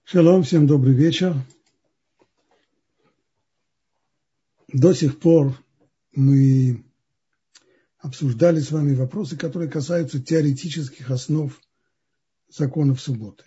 Шалом, всем добрый вечер. До сих пор мы обсуждали с вами вопросы, которые касаются теоретических основ законов субботы.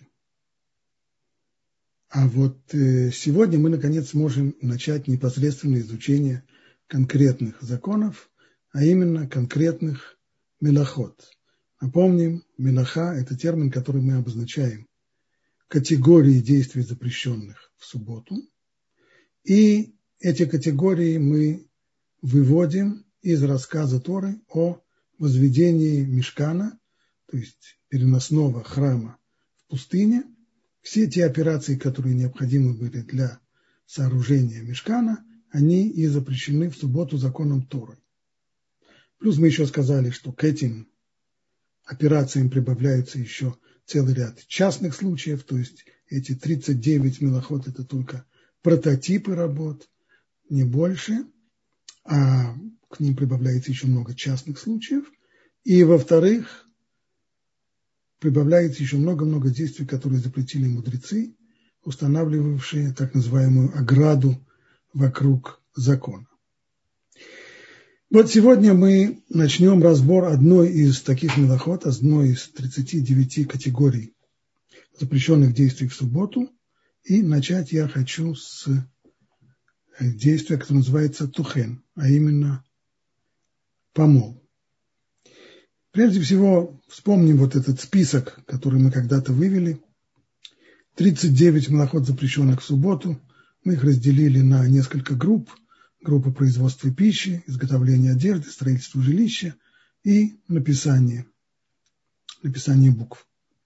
А вот сегодня мы, наконец, сможем начать непосредственное изучение конкретных законов, а именно конкретных мелахот. Напомним, мелаха – это термин, который мы обозначаем категории действий, запрещенных в субботу. И эти категории мы выводим из рассказа Торы о возведении мишкана, то есть переносного храма в пустыне. Все те операции, которые необходимы были для сооружения мишкана, они и запрещены в субботу законом Торы. Плюс мы еще сказали, что к этим операциям прибавляются еще целый ряд частных случаев, то есть эти 39 мелахот – это только прототипы работ, не больше, а к ним прибавляется еще много частных случаев. И, во-вторых, прибавляется еще много-много действий, которые запретили мудрецы, устанавливавшие так называемую ограду вокруг закона. Вот сегодня мы начнем разбор одной из таких мелахот, одной из 39 категорий запрещенных действий в субботу. И начать я хочу с действия, которое называется тухен, а именно помол. Прежде всего вспомним вот этот список, который мы когда-то вывели. 39 мелахот, запрещенных в субботу. Мы их разделили на несколько групп. Группа производства пищи, изготовления одежды, строительства жилища и написание букв.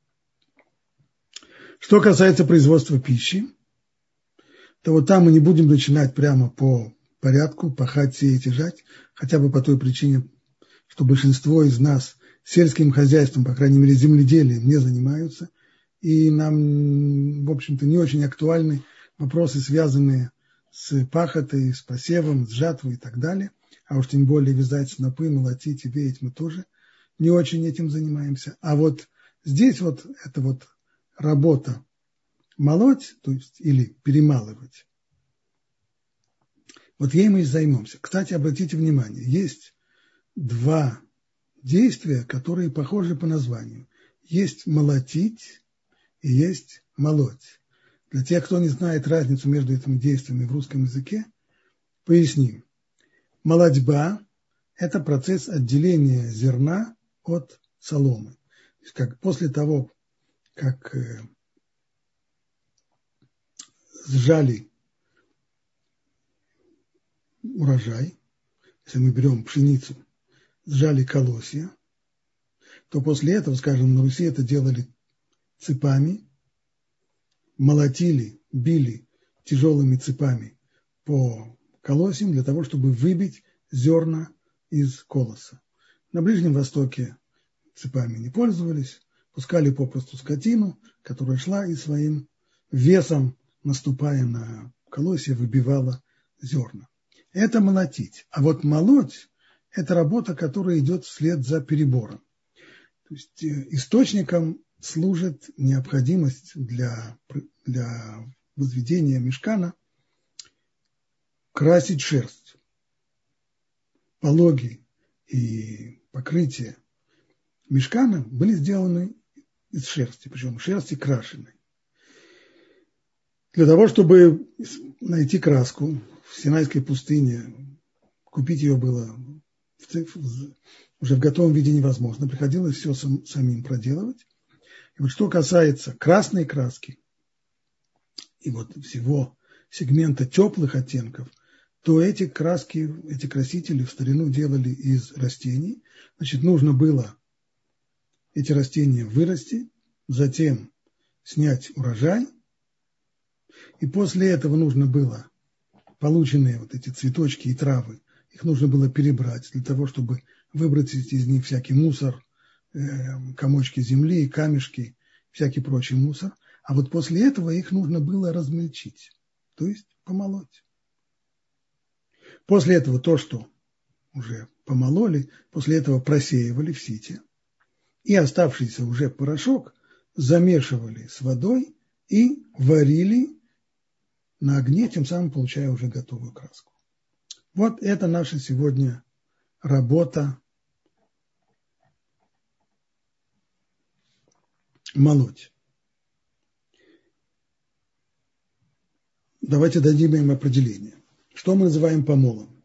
Что касается производства пищи, то вот там мы не будем начинать прямо по порядку, пахать, сеять и жать, хотя бы по той причине, что большинство из нас сельским хозяйством, по крайней мере земледелием, не занимаются, и нам, в общем-то, не очень актуальны вопросы, связанные с пахотой, с посевом, с жатвой и так далее, а уж тем более вязать снопы, молотить и веять мы тоже не очень этим занимаемся. А вот здесь вот эта вот работа молоть, то есть или перемалывать, вот ей мы и займемся. Кстати, обратите внимание, есть два действия, которые похожи по названию. Есть молотить и есть молоть. Для тех, кто не знает разницу между этими действиями в русском языке, поясним. Молотьба – это процесс отделения зерна от соломы. То есть как после того, как сжали урожай, если мы берем пшеницу, сжали колосья, то после этого, скажем, на Руси это делали цепами, молотили, били тяжелыми цепами по колосьям для того, чтобы выбить зерна из колоса. На Ближнем Востоке цепами не пользовались, пускали попросту скотину, которая шла и своим весом, наступая на колосья, выбивала зерна. Это молотить. А вот молоть – это работа, которая идет вслед за перебором. То есть источником служит необходимость для возведения мишкана красить шерсть. Пологи и покрытие мишкана были сделаны из шерсти, причем шерсти крашеной. Для того, чтобы найти краску в Синайской пустыне, купить ее было уже в готовом виде невозможно, приходилось все самим проделывать. И вот что касается красной краски и вот всего сегмента теплых оттенков, то эти краски, эти красители в старину делали из растений. Значит, нужно было эти растения вырасти, затем снять урожай, и после этого нужно было полученные вот эти цветочки и травы, их нужно было перебрать для того, чтобы выбросить из них всякий мусор, комочки земли, камешки, всякий прочий мусор. А вот после этого их нужно было размельчить, то есть помолоть. После этого то, что уже помололи, после этого просеивали в сите, и оставшийся уже порошок замешивали с водой и варили на огне, тем самым получая уже готовую краску. Вот это наша сегодня работа молоть. Давайте дадим им определение. Что мы называем помолом?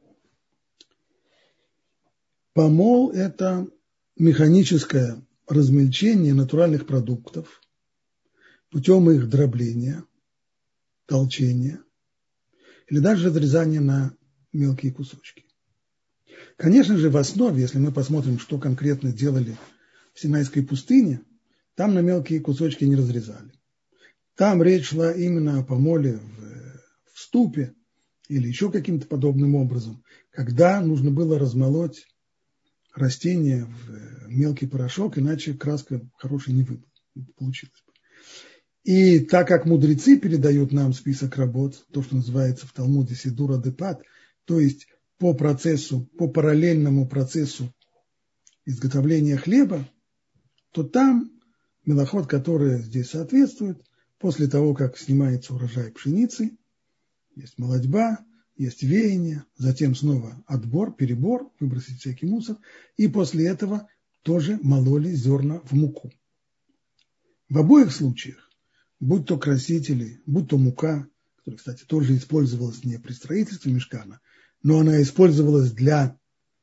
Помол – это механическое размельчение натуральных продуктов путем их дробления, толчения или даже разрезания на мелкие кусочки. Конечно же, в основе, если мы посмотрим, что конкретно делали в Синайской пустыне, там на мелкие кусочки не разрезали. Там речь шла именно о помоле в ступе или еще каким-то подобным образом, когда нужно было размолоть растение в мелкий порошок, иначе краска хорошей не получилась. И так как мудрецы передают нам список работ, то, что называется в Талмуде Сидура Депат, то есть по параллельному процессу изготовления хлеба, то там мелахот, которые здесь соответствуют, после того, как снимается урожай пшеницы, есть молотьба, есть веяние, затем снова отбор, перебор, выбросить всякий мусор, и после этого тоже мололи зерна в муку. В обоих случаях, будь то красители, будь то мука, которая, кстати, тоже использовалась не при строительстве мишкана, но она использовалась для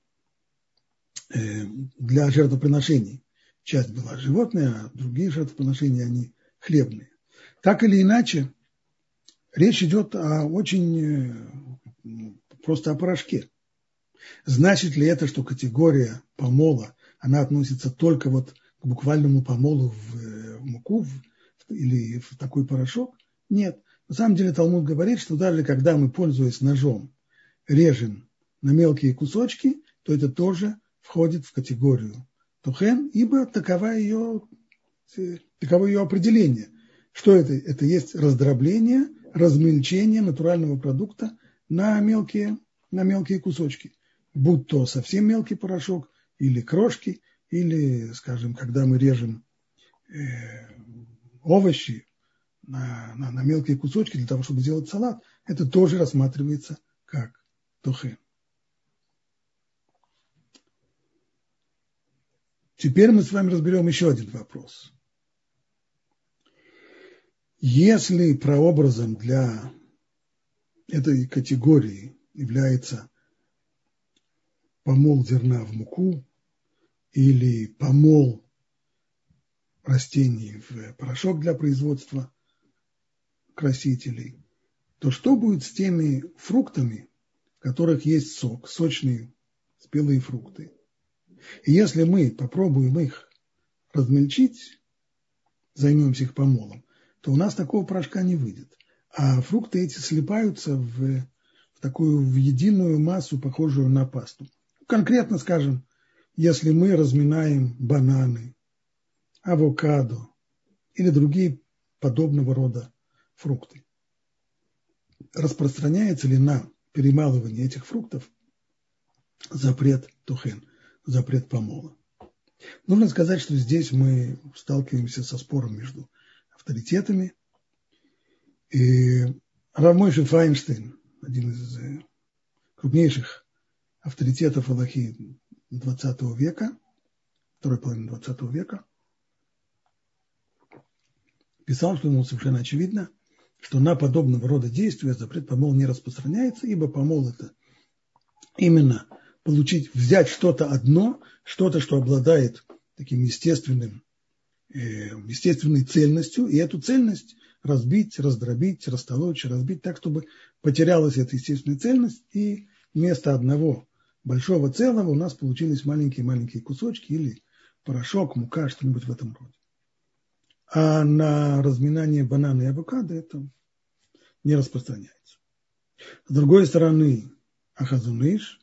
жертвоприношений. Часть была животная, а другие жертвоприношения, они хлебные. Так или иначе, речь идет просто о порошке. Значит ли это, что категория помола, она относится только вот к буквальному помолу в муку или в такой порошок? Нет. На самом деле Талмуд говорит, что даже когда мы, пользуясь ножом, режем на мелкие кусочки, то это тоже входит в категорию тухен, ибо таково ее определение. Что это? Это есть раздробление, размельчение натурального продукта на мелкие кусочки. Будь то совсем мелкий порошок, или крошки, или, скажем, когда мы режем овощи на мелкие кусочки для того, чтобы сделать салат, это тоже рассматривается как тухен. Теперь мы с вами разберем еще один вопрос. Если прообразом для этой категории является помол зерна в муку или помол растений в порошок для производства красителей, то что будет с теми фруктами, в которых есть сок, сочные спелые фрукты? И если мы попробуем их размельчить, займемся их помолом, то у нас такого порошка не выйдет. А фрукты эти слипаются в единую массу, похожую на пасту. Конкретно, скажем, если мы разминаем бананы, авокадо или другие подобного рода фрукты, распространяется ли на перемалывание этих фруктов запрет тухен, запрет помола? Нужно сказать, что здесь мы сталкиваемся со спором между авторитетами. И Рав Мойше Файнштейн, один из крупнейших авторитетов алахи 20 века, второй половины 20 века, писал, что ему совершенно очевидно, что на подобного рода действия запрет помол не распространяется, ибо помол – это именно взять что-то одно, что-то, что обладает таким естественной цельностью, и эту цельность разбить, раздробить, растолочь, разбить так, чтобы потерялась эта естественная цельность, и вместо одного большого целого у нас получились маленькие-маленькие кусочки или порошок, мука, что-нибудь в этом роде. А на разминание банана и авокадо это не распространяется. С другой стороны, Ахазон Иш,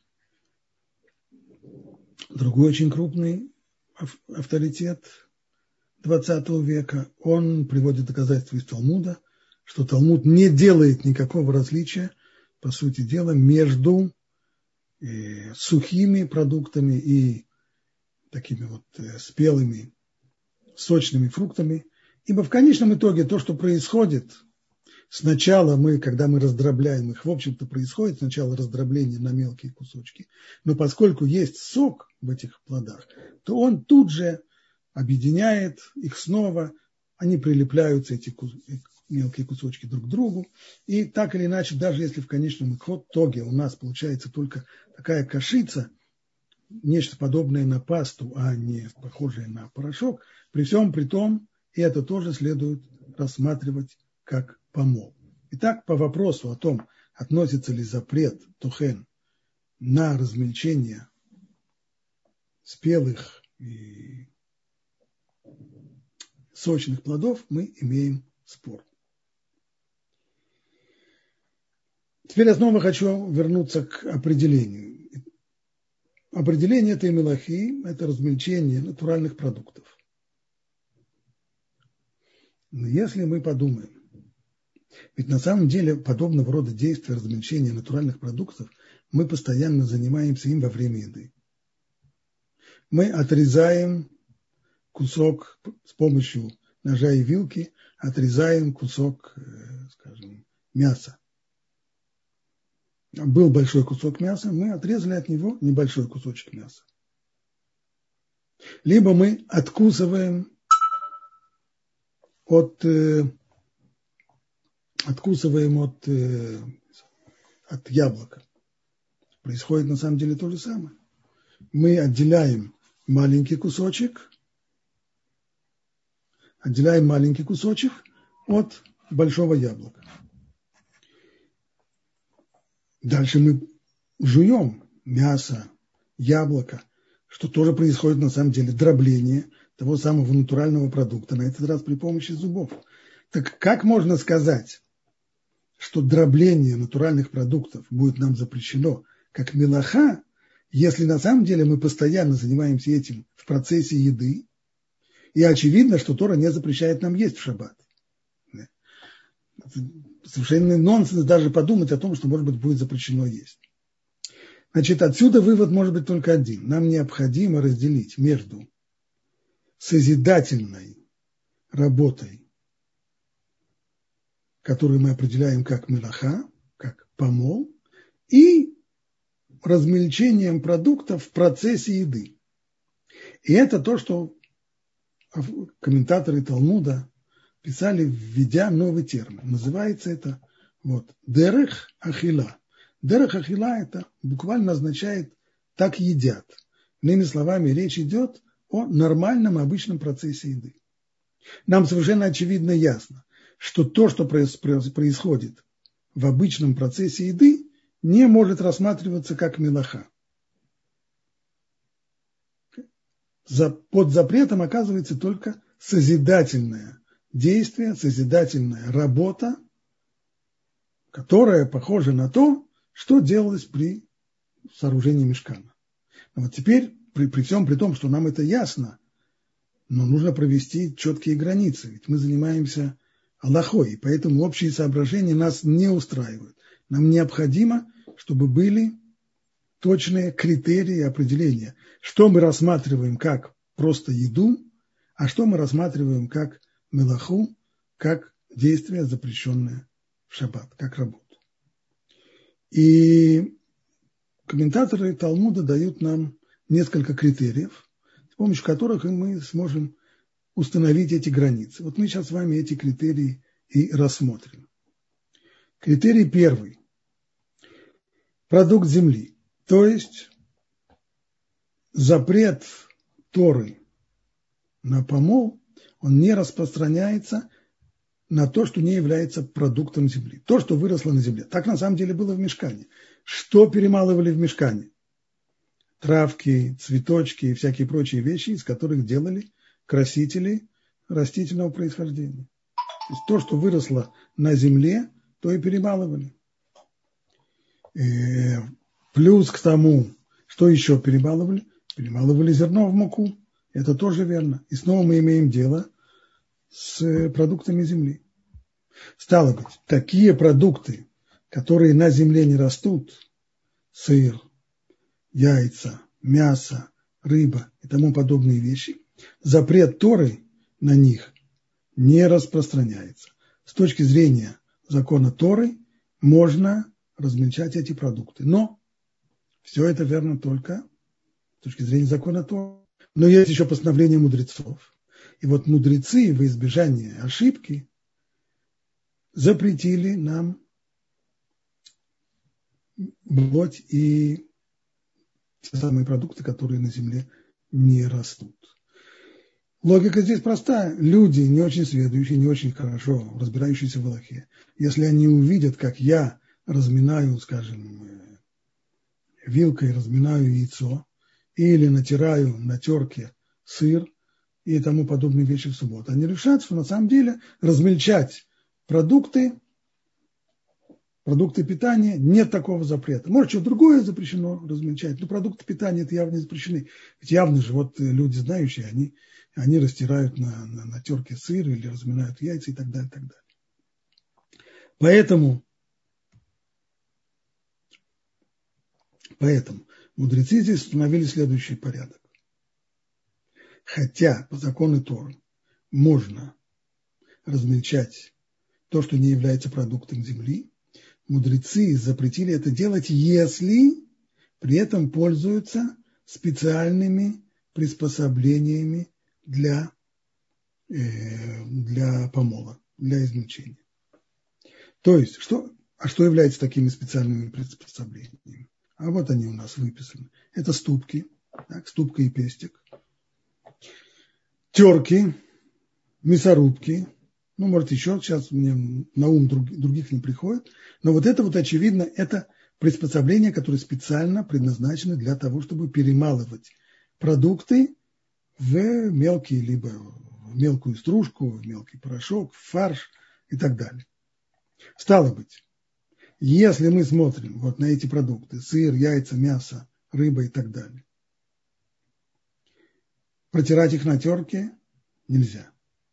другой очень крупный авторитет 20 века, он приводит доказательства из Талмуда, что Талмуд не делает никакого различия, по сути дела, между сухими продуктами и такими вот спелыми, сочными фруктами. Ибо в конечном итоге то, что происходит, сначала когда мы раздробляем их, в общем-то происходит сначала раздробление на мелкие кусочки, но поскольку есть сок в этих плодах, то он тут же объединяет их снова, они прилепляются, эти мелкие кусочки, друг к другу, и так или иначе, даже если в конечном итоге у нас получается только такая кашица, нечто подобное на пасту, а не похожее на порошок, при всем при том, и это тоже следует рассматривать как помол. Итак, по вопросу о том, относится ли запрет тухен на размельчение спелых и сочных плодов, мы имеем спор. Теперь я снова хочу вернуться к определению. Определение этой мелахи – это размельчение натуральных продуктов. Но если мы подумаем, ведь на самом деле подобного рода действия размельчения натуральных продуктов мы постоянно занимаемся им во время еды. Мы отрезаем кусок с помощью ножа и вилки, отрезаем кусок, скажем, мяса. Был большой кусок мяса, мы отрезали от него небольшой кусочек мяса. Либо мы откусываем от яблока. Происходит на самом деле то же самое. Мы отделяем маленький кусочек от большого яблока. Дальше мы жуем мясо, яблоко, что тоже происходит на самом деле дробление того самого натурального продукта, на этот раз при помощи зубов. Так как можно сказать, что дробление натуральных продуктов будет нам запрещено как мелаха, если на самом деле мы постоянно занимаемся этим в процессе еды, и очевидно, что Тора не запрещает нам есть в шаббат. Совершенно нонсенс даже подумать о том, что, может быть, будет запрещено есть. Значит, отсюда вывод может быть только один. Нам необходимо разделить между созидательной работой, которую мы определяем как мелаха, как помол, и размельчением продуктов в процессе еды. И это то, что комментаторы Талмуда писали, введя новый термин. Называется это дерех ахила. Дерех ахила это буквально означает «так едят». Иными словами, речь идет о нормальном обычном процессе еды. Нам совершенно очевидно ясно, что то, что происходит в обычном процессе еды, не может рассматриваться как мелаха. Под запретом оказывается только созидательное действие, созидательная работа, которая похожа на то, что делалось при сооружении мишкана. Но вот теперь, при всем при том, что нам это ясно, но нужно провести четкие границы, ведь мы занимаемся алахой, и поэтому общие соображения нас не устраивают. Нам необходимо, чтобы были точные критерии определения, что мы рассматриваем как просто еду, а что мы рассматриваем как мелаху, как действие, запрещенное в шаббат, как работу. И комментаторы Талмуда дают нам несколько критериев, с помощью которых мы сможем установить эти границы. Вот мы сейчас с вами эти критерии и рассмотрим. Критерий первый. Продукт земли. То есть запрет Торы на помол, он не распространяется на то, что не является продуктом земли. То, что выросло на земле. Так на самом деле было в мишкане. Что перемалывали в мишкане? Травки, цветочки и всякие прочие вещи, из которых делали красители растительного происхождения. То есть то, что выросло на земле, то и перемалывали. Плюс к тому, что еще перемалывали? Перемалывали зерно в муку. Это тоже верно. И снова мы имеем дело с продуктами земли. Стало быть, такие продукты, которые на земле не растут, сыр, яйца, мясо, рыба и тому подобные вещи, запрет Торы на них не распространяется. С точки зрения закона Торы можно размельчать эти продукты. Но все это верно только с точки зрения закона Торы. Но есть еще постановление мудрецов. И вот мудрецы во избежание ошибки запретили нам молоть и те самые продукты, которые на земле не растут. Логика здесь простая. Люди, не очень сведущие, не очень хорошо разбирающиеся в Алахе, если они увидят, как я разминаю, скажем, вилкой разминаю яйцо или натираю на терке сыр и тому подобные вещи в субботу, они решат, что на самом деле размельчать продукты питания нет такого запрета. Может, что-то другое запрещено размельчать, но продукты питания это явно не запрещены. Ведь явно же вот люди знающие, они растирают на терке сыр или разминают яйца и так далее, и так далее. Поэтому мудрецы здесь установили следующий порядок. Хотя по закону Торы можно размельчать то, что не является продуктом земли, мудрецы запретили это делать, если при этом пользуются специальными приспособлениями для помола, для измельчения. То есть, что является такими специальными приспособлениями? А вот они у нас выписаны. Это ступки, так, ступка и пестик, терки, мясорубки, ну, может, еще сейчас мне на ум других не приходит, но вот это вот, очевидно, это приспособления, которые специально предназначены для того, чтобы перемалывать продукты в мелкие, либо в мелкую стружку, в мелкий порошок, в фарш и так далее. Стало быть, если мы смотрим вот на эти продукты, сыр, яйца, мясо, рыба и так далее, протирать их на терке нельзя.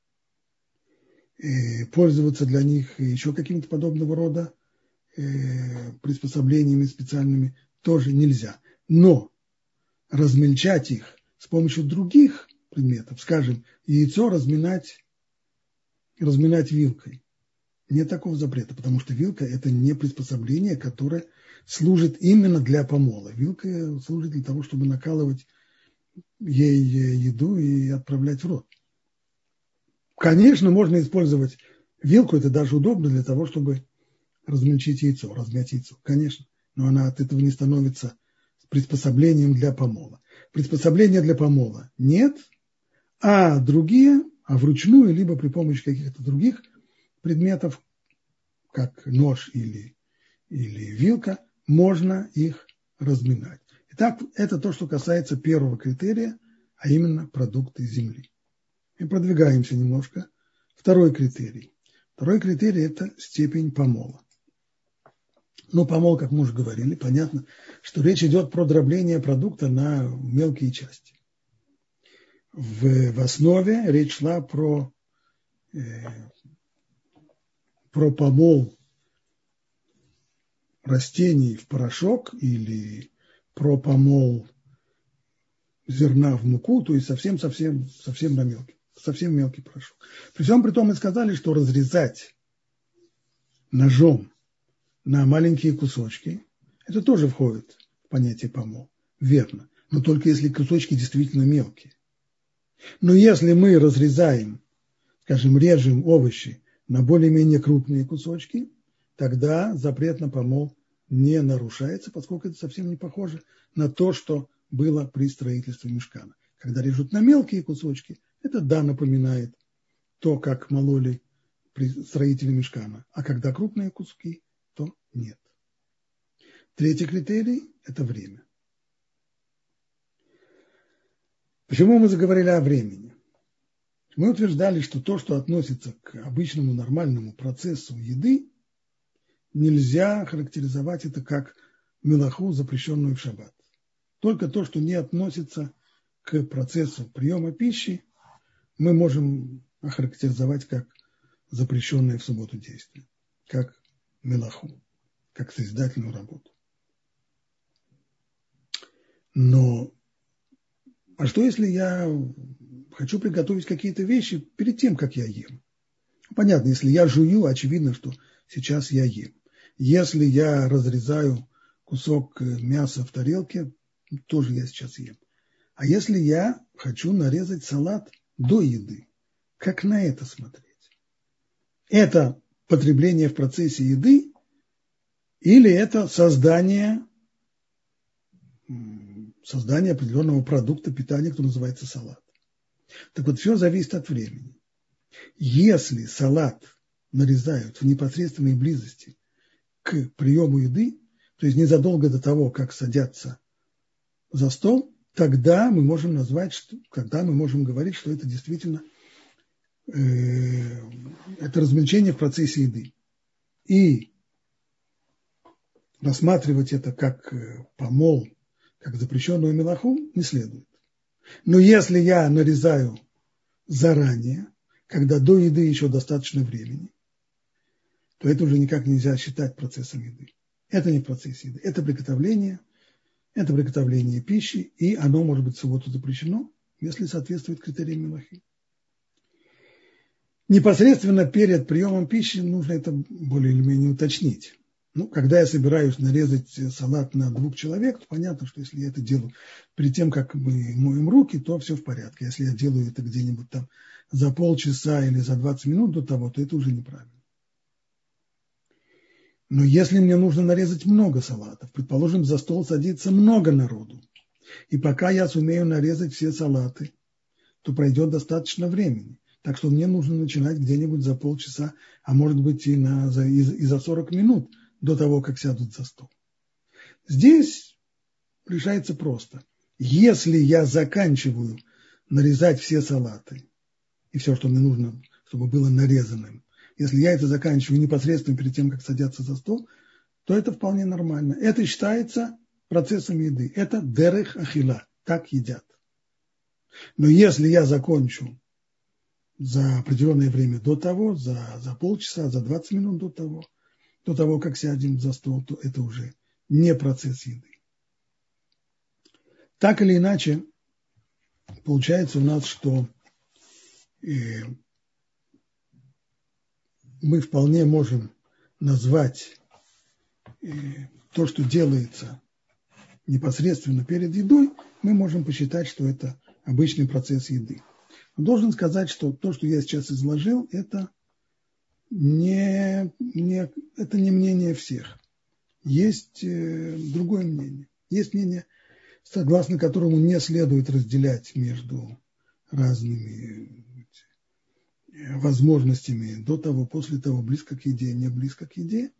И пользоваться для них еще какими-то подобного рода приспособлениями специальными тоже нельзя. Но размельчать их с помощью других предметов, скажем, яйцо разминать вилкой, нет такого запрета, потому что вилка – это не приспособление, которое служит именно для помола. Вилка служит для того, чтобы накалывать ей еду и отправлять в рот. Конечно, можно использовать вилку, это даже удобно для того, чтобы размельчить яйцо, размять яйцо, конечно, но она от этого не становится приспособлением для помола. Приспособления для помола нет, а вручную, либо при помощи каких-то других предметов, как нож или вилка, можно их разминать. Итак, это то, что касается первого критерия, а именно продукты земли. И продвигаемся немножко. Второй критерий. Второй критерий – это степень помола. Ну, помол, как мы уже говорили, понятно, что речь идет про дробление продукта на мелкие части. В основе речь шла про помол растений в порошок или про помол зерна в муку, то есть совсем на мелкий порошок. При всем при том мы сказали, что разрезать ножом на маленькие кусочки, это тоже входит в понятие помол. Верно. Но только если кусочки действительно мелкие. Но если мы разрезаем, скажем, режем овощи на более-менее крупные кусочки, тогда запрет на помол не нарушается, поскольку это совсем не похоже на то, что было при строительстве мишкана. Когда режут на мелкие кусочки, это напоминает то, как мололи строители мишкана. А когда крупные куски, то нет. Третий критерий – это время. Почему мы заговорили о времени? Мы утверждали, что то, что относится к обычному нормальному процессу еды, нельзя характеризовать это как мелаху, запрещенную в шаббат. Только то, что не относится к процессу приема пищи, мы можем охарактеризовать как запрещенное в субботу действие, как мелаху, как созидательную работу. Но, а что если я хочу приготовить какие-то вещи перед тем, как я ем? Понятно, если я жую, очевидно, что сейчас я ем. Если я разрезаю кусок мяса в тарелке, тоже я сейчас ем. А если я хочу нарезать салат до еды, как на это смотреть? Это потребление в процессе еды или это создание определенного продукта питания, который называется салат? Так вот, все зависит от времени. Если салат нарезают в непосредственной близости к приему еды, то есть незадолго до того, как садятся за стол, тогда мы можем говорить, что это действительно это размельчение в процессе еды. И рассматривать это как помол, как запрещенную мелаху, не следует. Но если я нарезаю заранее, когда до еды еще достаточно времени, то это уже никак нельзя считать процессом еды. Это не процесс еды, это приготовление пищи, и оно может быть в субботу запрещено, если соответствует критериям мелахи. Непосредственно перед приемом пищи нужно это более или менее уточнить. Когда я собираюсь нарезать салат на 2 человек, то понятно, что если я это делаю перед тем, как мы моем руки, то все в порядке. Если я делаю это где-нибудь там за полчаса или за 20 минут до того, то это уже неправильно. Но если мне нужно нарезать много салатов, предположим, за стол садится много народу, и пока я сумею нарезать все салаты, то пройдет достаточно времени. Так что мне нужно начинать где-нибудь за полчаса, а может быть и за 40 минут до того, как сядут за стол. Здесь решается просто. Если я заканчиваю нарезать все салаты и все, что мне нужно, чтобы было нарезанным, если я это заканчиваю непосредственно перед тем, как садятся за стол, то это вполне нормально. Это считается процессом еды. Это дерех ахила. Так едят. Но если я закончу за определенное время до того, за полчаса, за 20 минут до того, как сядем за стол, то это уже не процесс еды. Так или иначе, получается у нас, что мы вполне можем назвать то, что делается непосредственно перед едой, мы можем посчитать, что это обычный процесс еды. Но должен сказать, что то, что я сейчас изложил, это не мнение всех. Есть другое мнение. Есть мнение, согласно которому не следует разделять между разными возможностями до того, после того, близко к еде, не близко к еде.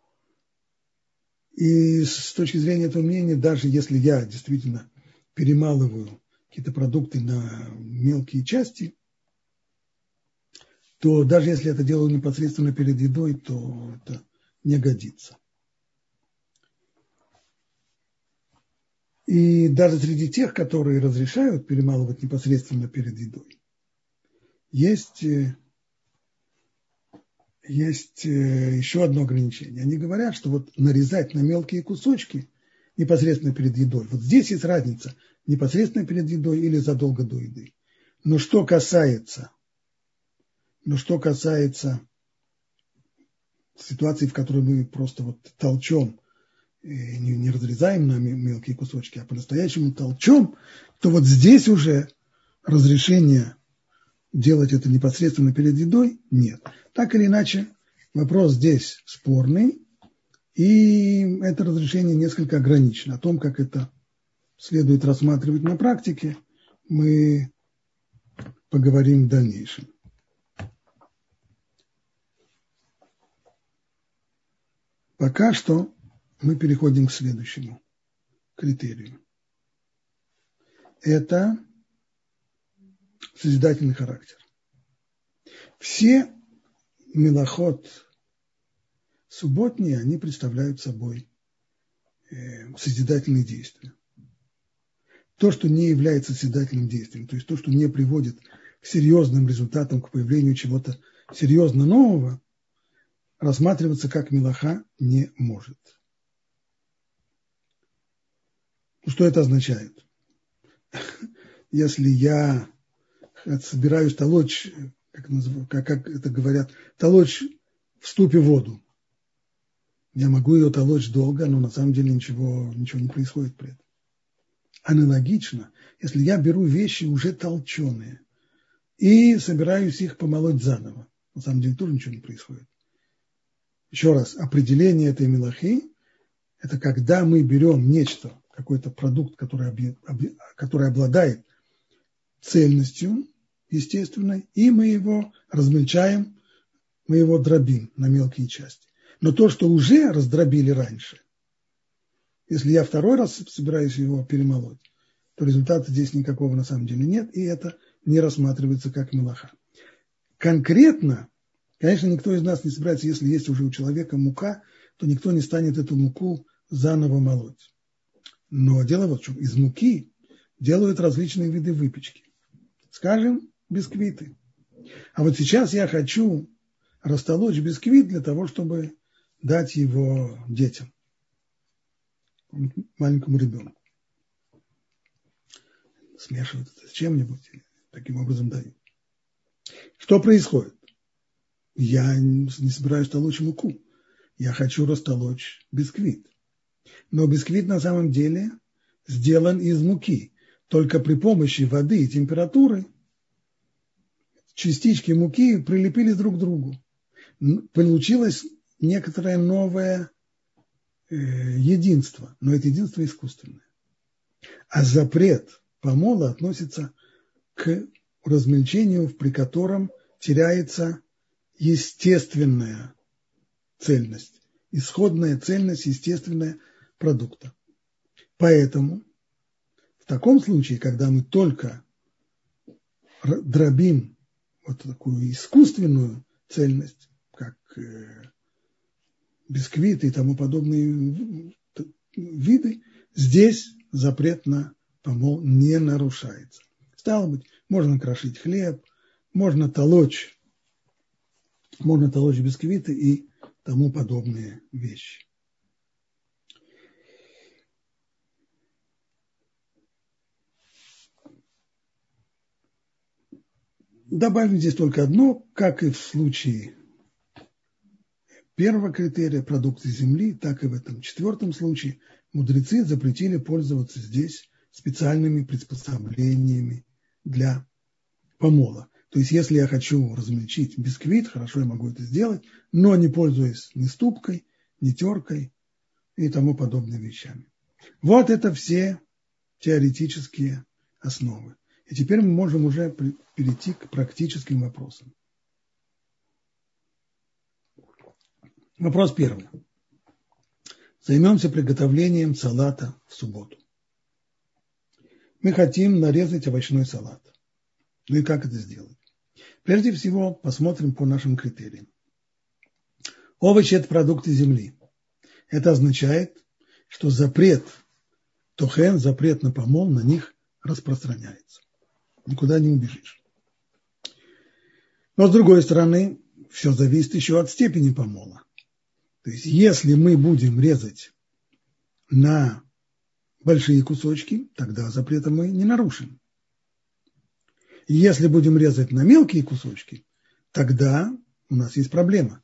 И с точки зрения этого мнения, даже если я действительно перемалываю какие-то продукты на мелкие части, то даже если это делаю непосредственно перед едой, то это не годится. И даже среди тех, которые разрешают перемалывать непосредственно перед едой, есть еще одно ограничение. Они говорят, что вот нарезать на мелкие кусочки непосредственно перед едой, вот здесь есть разница, непосредственно перед едой или задолго до еды. Но что касается ситуации, в которой мы просто вот толчем, не разрезаем на мелкие кусочки, а по-настоящему толчем, то вот здесь уже разрешения делать это непосредственно перед едой нет. Так или иначе, вопрос здесь спорный, и это разрешение несколько ограничено. О том, как это следует рассматривать на практике, мы поговорим в дальнейшем. Пока что мы переходим к следующему критерию. Это созидательный характер. Все мелахот субботние, они представляют собой созидательные действия. То, что не является созидательным действием, то есть то, что не приводит к серьезным результатам, к появлению чего-то серьезно нового, рассматриваться как мелаха не может. Что это означает? Если я собираюсь толочь как это говорят, толочь в ступе воду. Я могу ее толочь долго, но на самом деле ничего не происходит при этом. Аналогично, если я беру вещи уже толченые и собираюсь их помолоть заново, на самом деле тоже ничего не происходит. Еще раз, определение этой мелахи – это когда мы берем нечто, какой-то продукт, который обладает цельностью естественной, и мы его размельчаем, мы его дробим на мелкие части. Но то, что уже раздробили раньше, если я второй раз собираюсь его перемолоть, то результата здесь никакого на самом деле нет, и это не рассматривается как мелаха. Конкретно, конечно, никто из нас не собирается, если есть уже у человека мука, то никто не станет эту муку заново молоть. Но дело вот в чем. Из муки делают различные виды выпечки. Скажем, бисквиты. А вот сейчас я хочу растолочь бисквит для того, чтобы дать его детям, маленькому ребенку. Смешивают это с чем-нибудь, таким образом дают. Что происходит? Я не собираюсь толочь муку. Я хочу растолочь бисквит. Но бисквит на самом деле сделан из муки. Только при помощи воды и температуры частички муки прилепились друг к другу. Получилось некоторое новое единство, но это единство искусственное. А запрет помола относится к размельчению, при котором теряется естественная цельность, исходная цельность естественная продукта. Поэтому в таком случае, когда мы только дробим вот такую искусственную цельность, как бисквиты и тому подобные виды, здесь запрет на помол не нарушается. Стало быть, можно крошить хлеб, можно толочь бисквиты и тому подобные вещи. Добавим здесь только одно, как и в случае первого критерия продукты земли, так и в этом четвертом случае мудрецы запретили пользоваться здесь специальными приспособлениями для помола. То есть, если я хочу размельчить бисквит, хорошо, я могу это сделать, но не пользуясь ни ступкой, ни теркой и тому подобными вещами. Вот это все теоретические основы. И теперь мы можем уже перейти к практическим вопросам. Вопрос первый. Займемся приготовлением салата в субботу. Мы хотим нарезать овощной салат. Ну и как это сделать? Прежде всего, посмотрим по нашим критериям. Овощи – это продукты земли. Это означает, что запрет тохен, запрет на помол на них распространяется. Никуда не убежишь. Но с другой стороны, все зависит еще от степени помола. То есть, если мы будем резать на большие кусочки, тогда запрета мы не нарушим. Если будем резать на мелкие кусочки, тогда у нас есть проблема.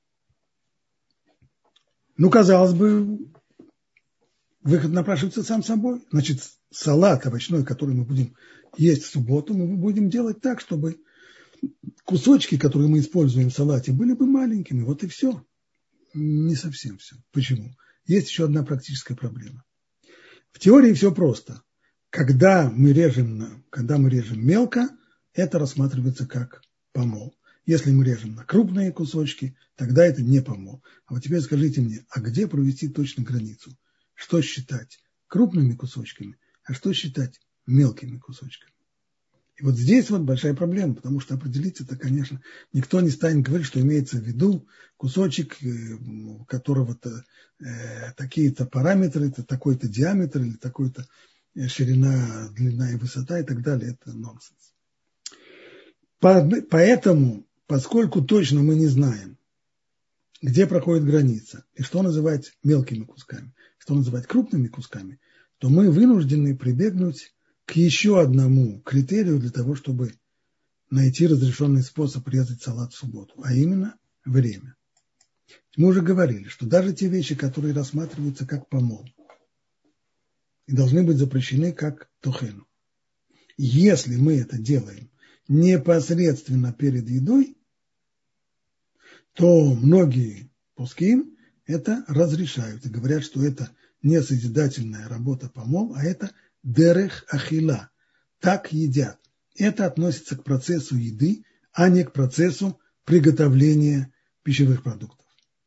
Ну, казалось бы, выход напрашивается сам собой. Значит, салат овощной, который мы будем есть в субботу, мы будем делать так, чтобы кусочки, которые мы используем в салате, были бы маленькими. Вот и все. Не совсем все. Почему? Есть еще одна практическая проблема. В теории все просто. Когда мы режем мелко, это рассматривается как помол. Если мы режем на крупные кусочки, тогда это не помол. А вот теперь скажите мне, а где провести точно границу? Что считать крупными кусочками, а что считать мелкими кусочками? И вот здесь вот большая проблема, потому что определить это, конечно, никто не станет говорить, что имеется в виду кусочек, у которого-то такие-то параметры, это такой-то диаметр или такой-то ширина, длина и высота и так далее. Это нонсенс. Поэтому, поскольку точно мы не знаем, где проходит граница и что называть мелкими кусками, что называть крупными кусками, то мы вынуждены прибегнуть к еще одному критерию для того, чтобы найти разрешенный способ резать салат в субботу, а именно время. Мы уже говорили, что даже те вещи, которые рассматриваются как помол, и должны быть запрещены как тохену, если мы это делаем непосредственно перед едой, то многие пуским это разрешают и говорят, что это не созидательная работа помол, а это дерех ахила. Так едят. Это относится к процессу еды, а не к процессу приготовления пищевых продуктов.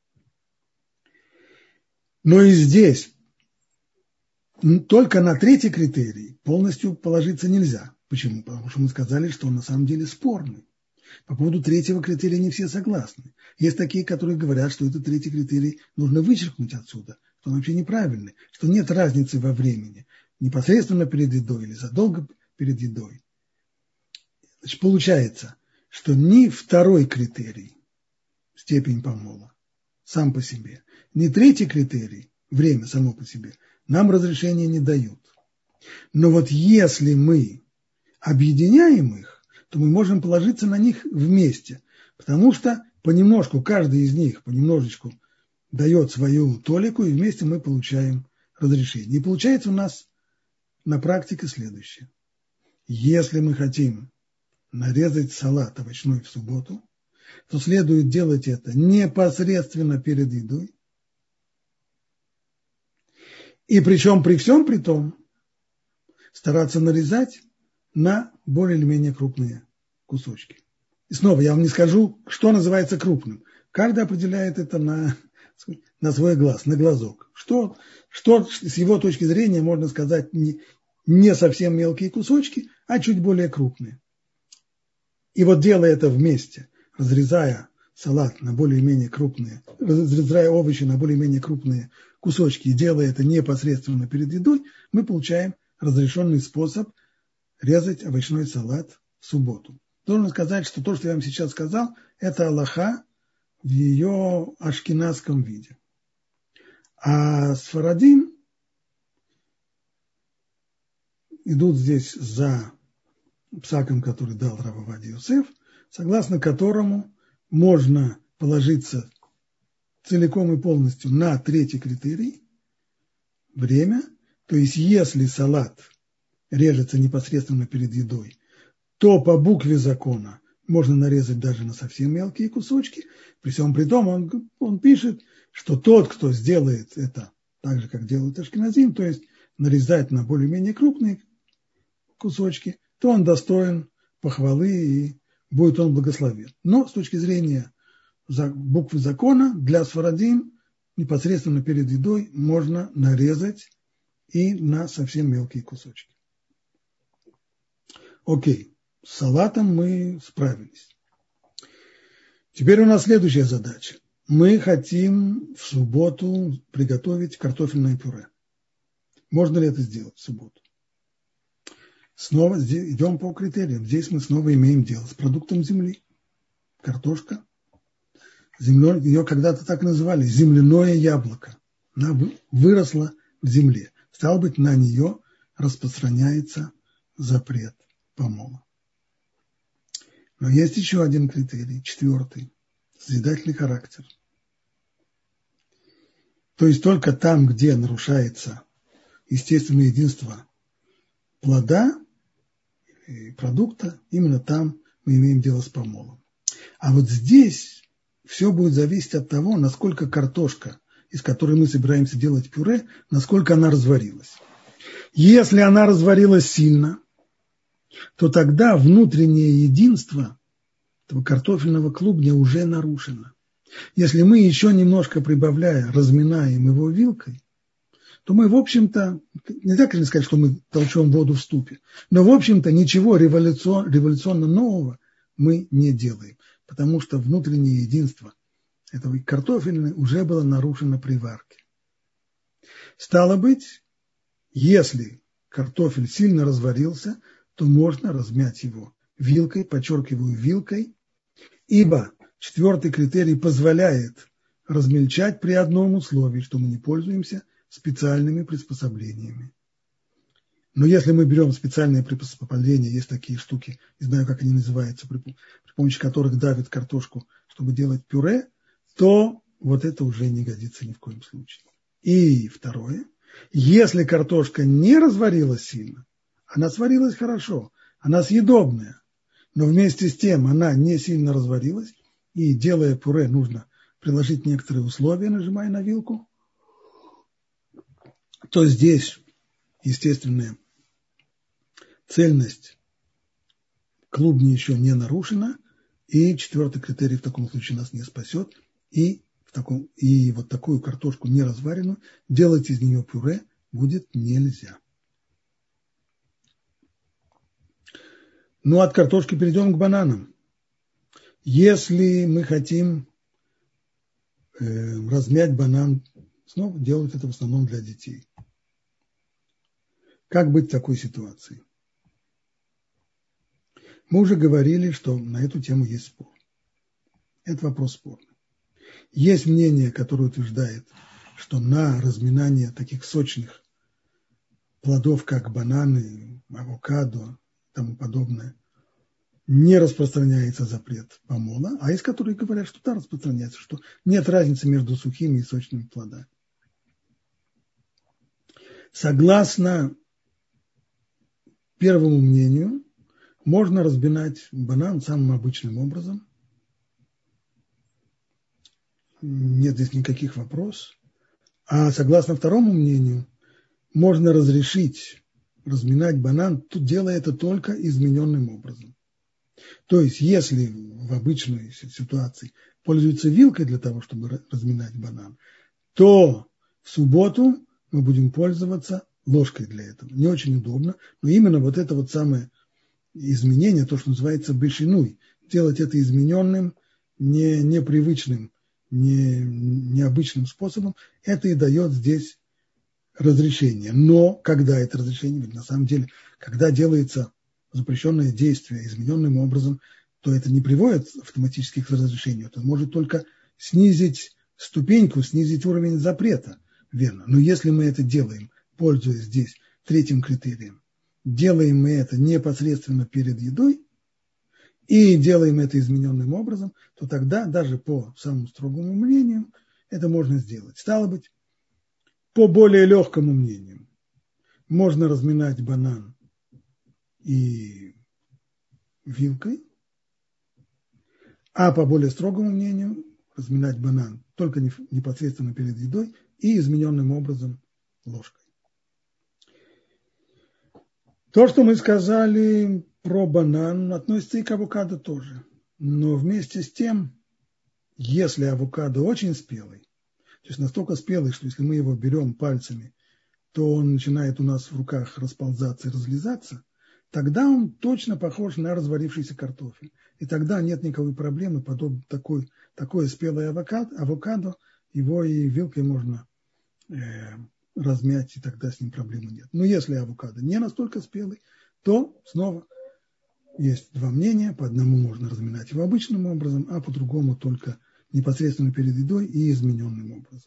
Но и здесь только на третий критерий полностью положиться нельзя. Почему? Потому что мы сказали, что он на самом деле спорный. По поводу третьего критерия не все согласны. Есть такие, которые говорят, что этот третий критерий нужно вычеркнуть отсюда, что он вообще неправильный, что нет разницы во времени, непосредственно перед едой или задолго перед едой. Значит, получается, что ни второй критерий, степень помола, сам по себе, ни третий критерий, время само по себе, нам разрешения не дают. Но вот если мы объединяем их, то мы можем положиться на них вместе, потому что понемножку каждый из них понемножечку дает свою толику, и вместе мы получаем разрешение. И получается у нас на практике следующее. Если мы хотим нарезать салат овощной в субботу, то следует делать это непосредственно перед едой. И причем при всем при том стараться нарезать на более или менее крупные кусочки. И снова я вам не скажу, что называется крупным. Каждый определяет это на свой глаз, на глазок. Что с его точки зрения можно сказать не совсем мелкие кусочки, а чуть более крупные. И вот делая это вместе, разрезая салат на более-менее крупные, разрезая овощи на более-менее крупные кусочки и делая это непосредственно перед едой, мы получаем разрешенный способ резать овощной салат в субботу. Должен сказать, что то, что я вам сейчас сказал, это алаха в ее ашкеназском виде. А сфарадим идут здесь за псаком, который дал Рав Овадия Йосеф, согласно которому можно положиться целиком и полностью на третий критерий – время. То есть, если салат режется непосредственно перед едой, то по букве закона можно нарезать даже на совсем мелкие кусочки. При всем при том он пишет, что тот, кто сделает это так же, как делают ашкеназим, то есть нарезать на более-менее крупные кусочки, то он достоин похвалы и будет он благословен. Но с точки зрения буквы закона для сфарадим непосредственно перед едой можно нарезать и на совсем мелкие кусочки. Окей, с салатом мы справились. Теперь у нас следующая задача. Мы хотим в субботу приготовить картофельное пюре. Можно ли это сделать в субботу? Снова здесь идем по критериям. Здесь мы снова имеем дело с продуктом земли. Картошка. Ее когда-то так называли, земляное яблоко. Она выросла в земле. Стало быть, на нее распространяется запрет помола. Но есть еще один критерий, четвертый, созидательный характер. То есть только там, где нарушается естественное единство плода и продукта, именно там мы имеем дело с помолом. А вот здесь все будет зависеть от того, насколько картошка, из которой мы собираемся делать пюре, насколько она разварилась. Если она разварилась сильно, то тогда внутреннее единство этого картофельного клубня уже нарушено. Если мы еще немножко прибавляя, разминаем его вилкой, то мы, в общем-то, нельзя, конечно, сказать, что мы толчем воду в ступе, но, в общем-то, ничего революционно нового мы не делаем, потому что внутреннее единство этого картофеля уже было нарушено при варке. Стало быть, если картофель сильно разварился, то можно размять его вилкой, подчеркиваю, вилкой, ибо четвертый критерий позволяет размельчать при одном условии, что мы не пользуемся специальными приспособлениями. Но если мы берем специальные приспособления, есть такие штуки, не знаю, как они называются, при помощи которых давят картошку, чтобы делать пюре, то вот это уже не годится ни в коем случае. И второе, если картошка не разварилась сильно, она сварилась хорошо, она съедобная, но вместе с тем она не сильно разварилась, и делая пюре нужно приложить некоторые условия, нажимая на вилку, то здесь естественная цельность клубни еще не нарушена, и четвертый критерий в таком случае нас не спасет, и вот такую картошку не разваренную делать из нее пюре будет нельзя. Ну, от картошки перейдем к бананам. Если мы хотим размять банан, снова делают это в основном для детей. Как быть в такой ситуации? Мы уже говорили, что на эту тему есть спор. Это вопрос спорный. Есть мнение, которое утверждает, что на разминание таких сочных плодов, как бананы, авокадо и тому подобное, не распространяется запрет помола, а есть которые говорят, что да, распространяется, что нет разницы между сухими и сочными плодами. Согласно первому мнению, можно разминать банан самым обычным образом. Нет здесь никаких вопросов. А согласно второму мнению, можно разрешить разминать банан, делая это только измененным образом. То есть, если в обычной ситуации пользуются вилкой для того, чтобы разминать банан, то в субботу мы будем пользоваться ложкой для этого. Не очень удобно, но именно вот это вот самое изменение, то, что называется бешинуй, делать это измененным, непривычным, необычным способом, это и дает здесь разрешение. Но когда это разрешение, ведь на самом деле, когда делается запрещенное действие измененным образом, то это не приводит автоматически к разрешению. Это может только снизить ступеньку, снизить уровень запрета. Верно. Но если мы это делаем, пользуясь здесь третьим критерием, делаем мы это непосредственно перед едой и делаем это измененным образом, то тогда даже по самому строгому мнению это можно сделать. Стало быть, по более легкому мнению, можно разминать банан и вилкой, а по более строгому мнению разминать банан только непосредственно перед едой и измененным образом ложкой. То, что мы сказали про банан, относится и к авокадо тоже. Но вместе с тем, если авокадо очень спелый, то есть настолько спелый, что если мы его берем пальцами, то он начинает у нас в руках расползаться и разлезаться, тогда он точно похож на разварившийся картофель. И тогда нет никакой проблемы, такое спелое авокадо, его и вилкой можно размять, и тогда с ним проблемы нет. Но если авокадо не настолько спелый, то снова есть два мнения. По одному можно разминать его обычным образом, а по другому только непосредственно перед едой и измененным образом.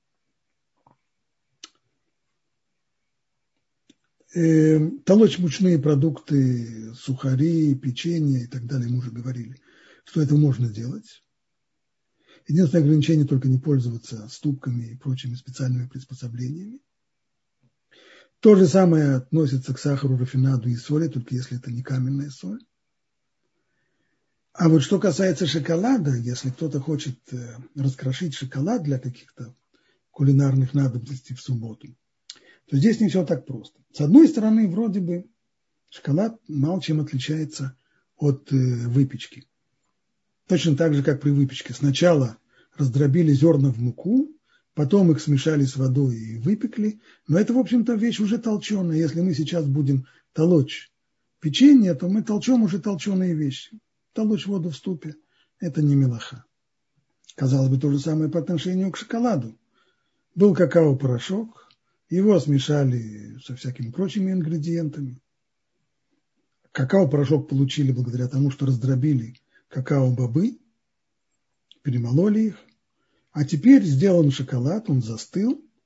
Толочь мучные продукты, сухари, печенье и так далее, мы уже говорили, что это можно делать. Единственное ограничение — только не пользоваться ступками и прочими специальными приспособлениями. То же самое относится к сахару, рафинаду и соли, только если это не каменная соль. А вот что касается шоколада, если кто-то хочет раскрошить шоколад для каких-то кулинарных надобностей в субботу, то здесь не все так просто. С одной стороны, вроде бы шоколад мало чем отличается от выпечки. Точно так же, как при выпечке. Сначала раздробили зерна в муку, потом их смешали с водой и выпекли. Но это, в общем-то, вещь уже толченая. Если мы сейчас будем толочь печенье, то мы толчем уже толченые вещи. Толочь воду в ступе – это не мелаха. Казалось бы, то же самое по отношению к шоколаду. Был какао-порошок, его смешали со всякими прочими ингредиентами. Какао-порошок получили благодаря тому, что раздробили какао-бобы, перемололи их. А теперь сделан шоколад, он застыл,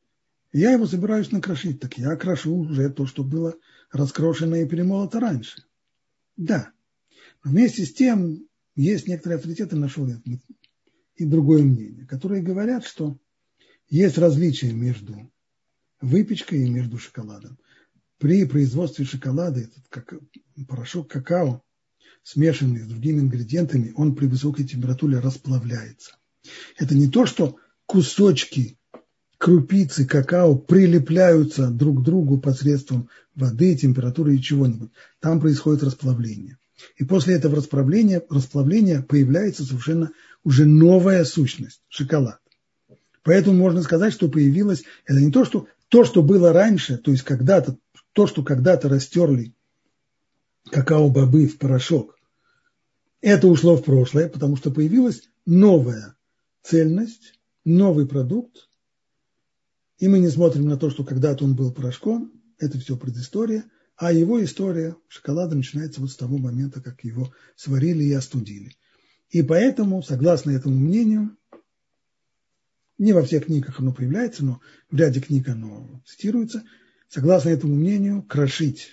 Я его собираюсь накрошить, так я крошу уже то, что было раскрошено и перемолото раньше. Да. Но вместе с тем есть некоторые авторитеты, нашел я и другое мнение, которые говорят, что есть различие между выпечкой и между шоколадом. При производстве шоколада этот порошок какао, смешанный с другими ингредиентами, он при высокой температуре расплавляется. Это не то, что кусочки, крупицы какао прилепляются друг к другу посредством воды, температуры и чего-нибудь. Там происходит расплавление. И после этого расплавления появляется совершенно уже новая сущность – шоколад. Поэтому можно сказать, что появилось, это не то, что было раньше, то есть когда-то, то, что когда-то растерли какао-бобы в порошок, это ушло в прошлое, потому что появилась новая цельность, новый продукт, и мы не смотрим на то, что когда-то он был порошком, это все предыстория, а его история шоколада начинается вот с того момента, как его сварили и остудили. И поэтому, согласно этому мнению, не во всех книгах оно появляется, но в ряде книг оно цитируется, согласно этому мнению, крошить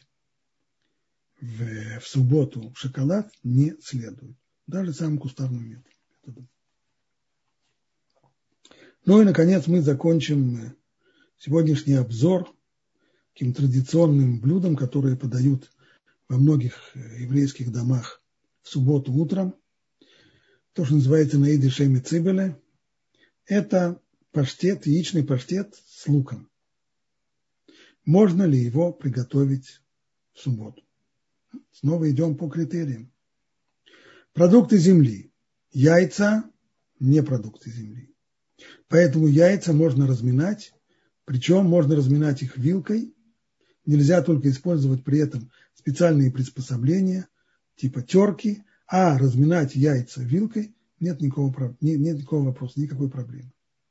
в субботу шоколад не следует, даже самым кустарным методом. Ну и, наконец, мы закончим сегодняшний обзор таким традиционным блюдом, которые подают во многих еврейских домах в субботу утром. То, что называется на идише мецибеле, это паштет, яичный паштет с луком. Можно ли его приготовить в субботу? Снова идем по критериям. Продукты земли. Яйца – не продукты земли. Поэтому яйца можно разминать, причем можно разминать их вилкой. Нельзя только использовать при этом специальные приспособления, типа терки, а разминать яйца вилкой нет никакого вопроса, никакой проблемы.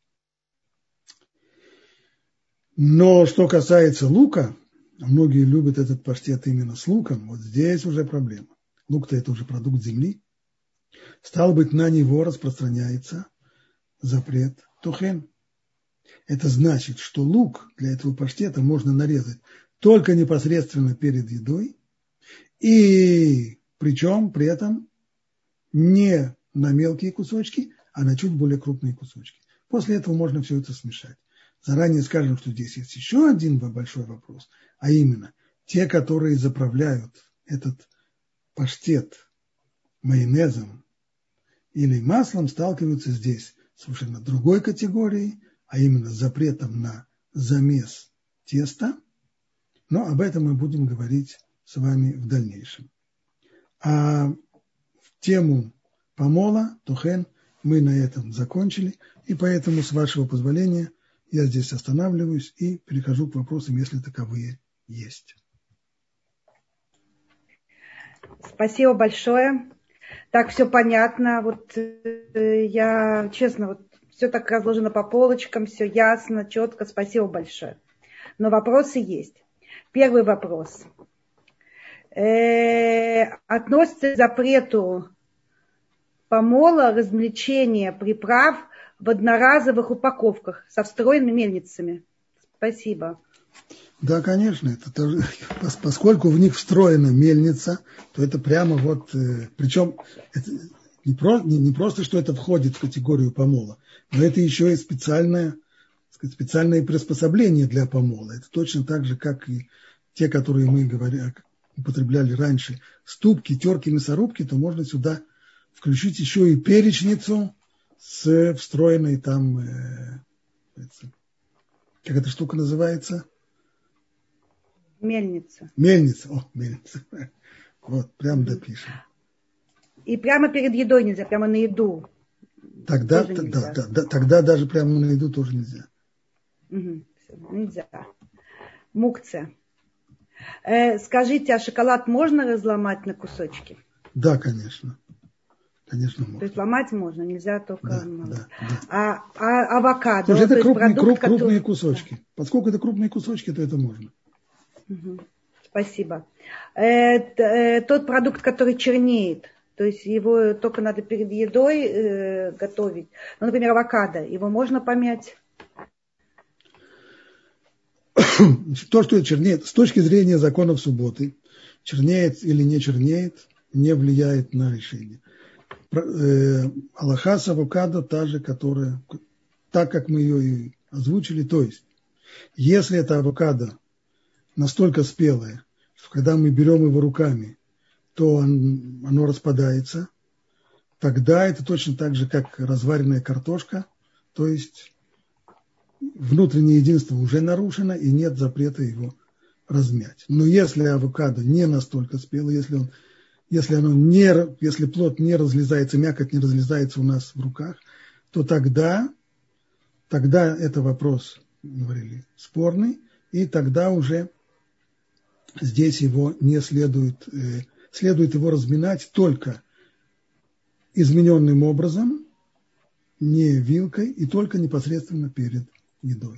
Но что касается лука, многие любят этот паштет именно с луком, вот здесь уже проблема. Лук-то это уже продукт земли. Стало быть, на него распространяется запрет тухен. Это значит, что лук для этого паштета можно нарезать только непосредственно перед едой, и причем при этом не на мелкие кусочки, а на чуть более крупные кусочки. После этого можно все это смешать. Заранее скажем, что здесь есть еще один большой вопрос, а именно те, которые заправляют этот паштет майонезом или маслом, сталкиваются здесь с совершенно другой категорией, а именно с запретом на замес теста. Но об этом мы будем говорить с вами в дальнейшем. А в тему помола, тухен, мы на этом закончили, и поэтому, с вашего позволения, я здесь останавливаюсь и перехожу к вопросам, если таковые есть. Спасибо большое. Так, все понятно. Вот я, честно, вот все так разложено по полочкам, все ясно, четко. Спасибо большое. Но вопросы есть. Первый вопрос. Относится к запрету помола развлечения приправ в одноразовых упаковках со встроенными мельницами. Спасибо. Да, конечно, это тоже, поскольку в них встроена мельница, то это прямо вот, причем это не просто, что это входит в категорию помола, но это еще и специальное приспособление для помола. Это точно так же, как и те, которые мы употребляли раньше, ступки, терки, мясорубки, то можно сюда включить еще и перечницу с встроенной там, как эта штука называется? Мельница. Мельница. Вот, прям допишем. И прямо перед едой нельзя, прямо на еду. Тогда даже прямо на еду тоже нельзя. Нельзя. Мукция. Скажите, а шоколад можно разломать на кусочки? Да, конечно. Конечно, можно. То есть ломать можно, нельзя только... Да. А авокадо? Слушай, это крупные кусочки. Да. Поскольку это крупные кусочки, то это можно. Спасибо. Тот продукт, который чернеет, то есть его только надо перед едой готовить. Ну, например, авокадо, его можно помять? То, что чернеет, с точки зрения законов субботы, чернеет или не чернеет, не влияет на решение. Алаха с авокадо та же, которая, так как мы ее и озвучили, то есть, если это авокадо настолько спелое, что когда мы берем его руками, то оно распадается, тогда это точно так же, как разваренная картошка, то есть внутреннее единство уже нарушено и нет запрета его размять. Но если авокадо не настолько спелый, если плод не разлезается, мякоть не разлезается у нас в руках, то тогда это вопрос, говорили, спорный, и тогда уже здесь его не следует его разминать только измененным образом, не вилкой, и только непосредственно перед едой.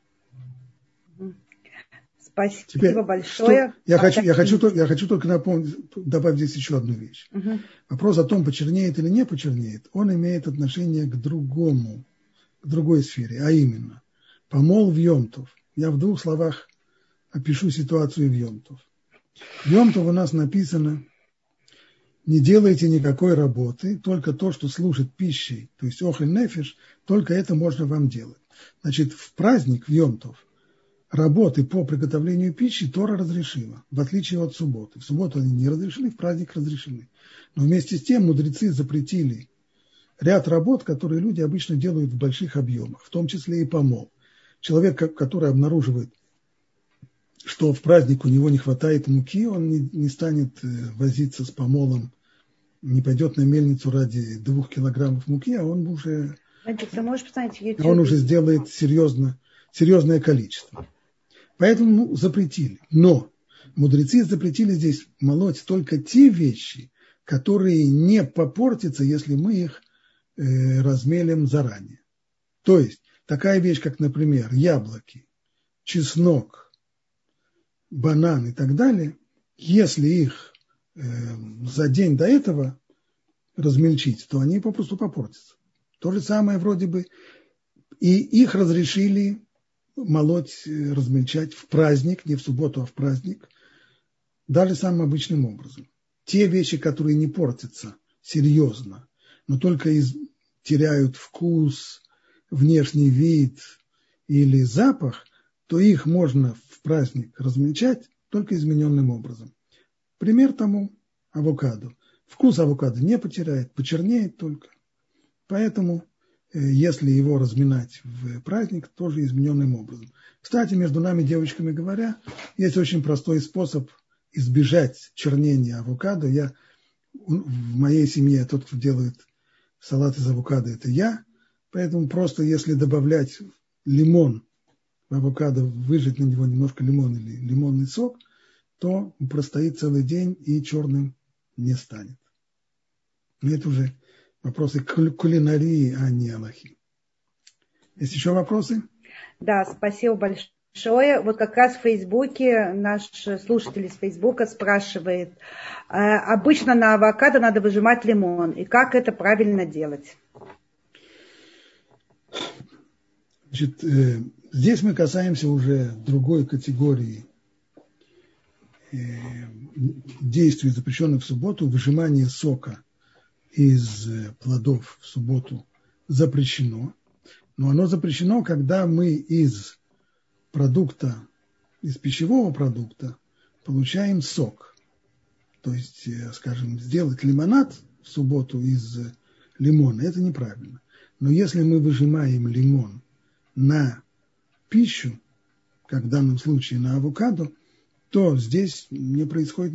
Спасибо большое. Я хочу только напомнить, добавить здесь еще одну вещь. Угу. Вопрос о том, почернеет или не почернеет, он имеет отношение к другой сфере, а именно помол в Йом-Тов. Я в 2 словах опишу ситуацию в Йом-Тов. В Йом-Тов у нас написано: не делайте никакой работы, только то, что служит пищей, то есть охель нефеш, только это можно вам делать. Значит, в праздник, в Йом-Тов, работы по приготовлению пищи Тора разрешила, в отличие от субботы. В субботу они не разрешены, в праздник разрешены. Но вместе с тем мудрецы запретили ряд работ, которые люди обычно делают в больших объемах, в том числе и помол. Человек, который обнаруживает, что в праздник у него не хватает муки, он не станет возиться с помолом, не пойдет на мельницу ради 2 килограммов муки, а он уже сделает серьезное количество. Поэтому запретили. Но мудрецы запретили здесь молоть только те вещи, которые не попортятся, если мы их размелим заранее. То есть такая вещь, как, например, яблоки, чеснок, банан и так далее, если их за день до этого размельчить, то они попросту попортятся. То же самое вроде бы. И их разрешили молоть, размельчать в праздник, не в субботу, а в праздник, даже самым обычным образом. Те вещи, которые не портятся серьезно, но только теряют вкус, внешний вид или запах, то их можно в праздник размельчать только измененным образом. Пример тому авокадо. Вкус авокадо не потеряет, почернеет только. Поэтому если его разминать в праздник, тоже измененным образом. Кстати, между нами, девочками говоря, есть очень простой способ избежать чернения авокадо. В моей семье тот, кто делает салат из авокадо, это я. Поэтому просто если добавлять лимон в авокадо, выжать на него немножко лимон или лимонный сок, то простоит целый день и черным не станет. Но это уже вопросы кулинарии, а не алахи. Есть еще вопросы? Да, спасибо большое. Вот как раз в Фейсбуке наш слушатель из Фейсбука спрашивает, обычно на авокадо надо выжимать лимон, и как это правильно делать? Значит, здесь мы касаемся уже другой категории действий, запрещенных в субботу. Выжимание сока из плодов в субботу запрещено, но оно запрещено, когда мы из пищевого продукта получаем сок. То есть, скажем, сделать лимонад в субботу из лимона, это неправильно. Но если мы выжимаем лимон на пищу, как в данном случае на авокадо, то здесь не происходит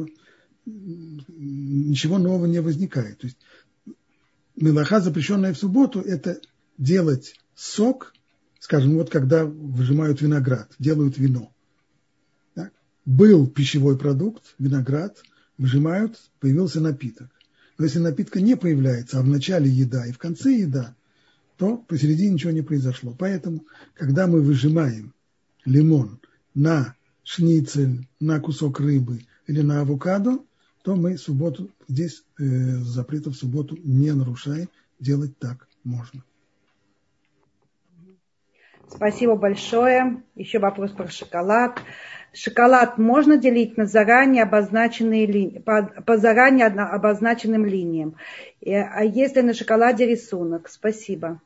ничего нового не возникает. То есть мелаха, запрещенная в субботу, это делать сок, скажем, вот когда выжимают виноград, делают вино. Так? Был пищевой продукт, виноград, выжимают, появился напиток. Но если напитка не появляется, а в начале еда и в конце еда, то посередине ничего не произошло. Поэтому, когда мы выжимаем лимон на шницель, на кусок рыбы или на авокадо, то мы субботу, здесь запрета в субботу не нарушаем, делать так можно. Спасибо большое. Еще вопрос про шоколад. Шоколад можно делить на заранее обозначенные линии, по заранее обозначенным линиям. А если на шоколаде рисунок? Спасибо.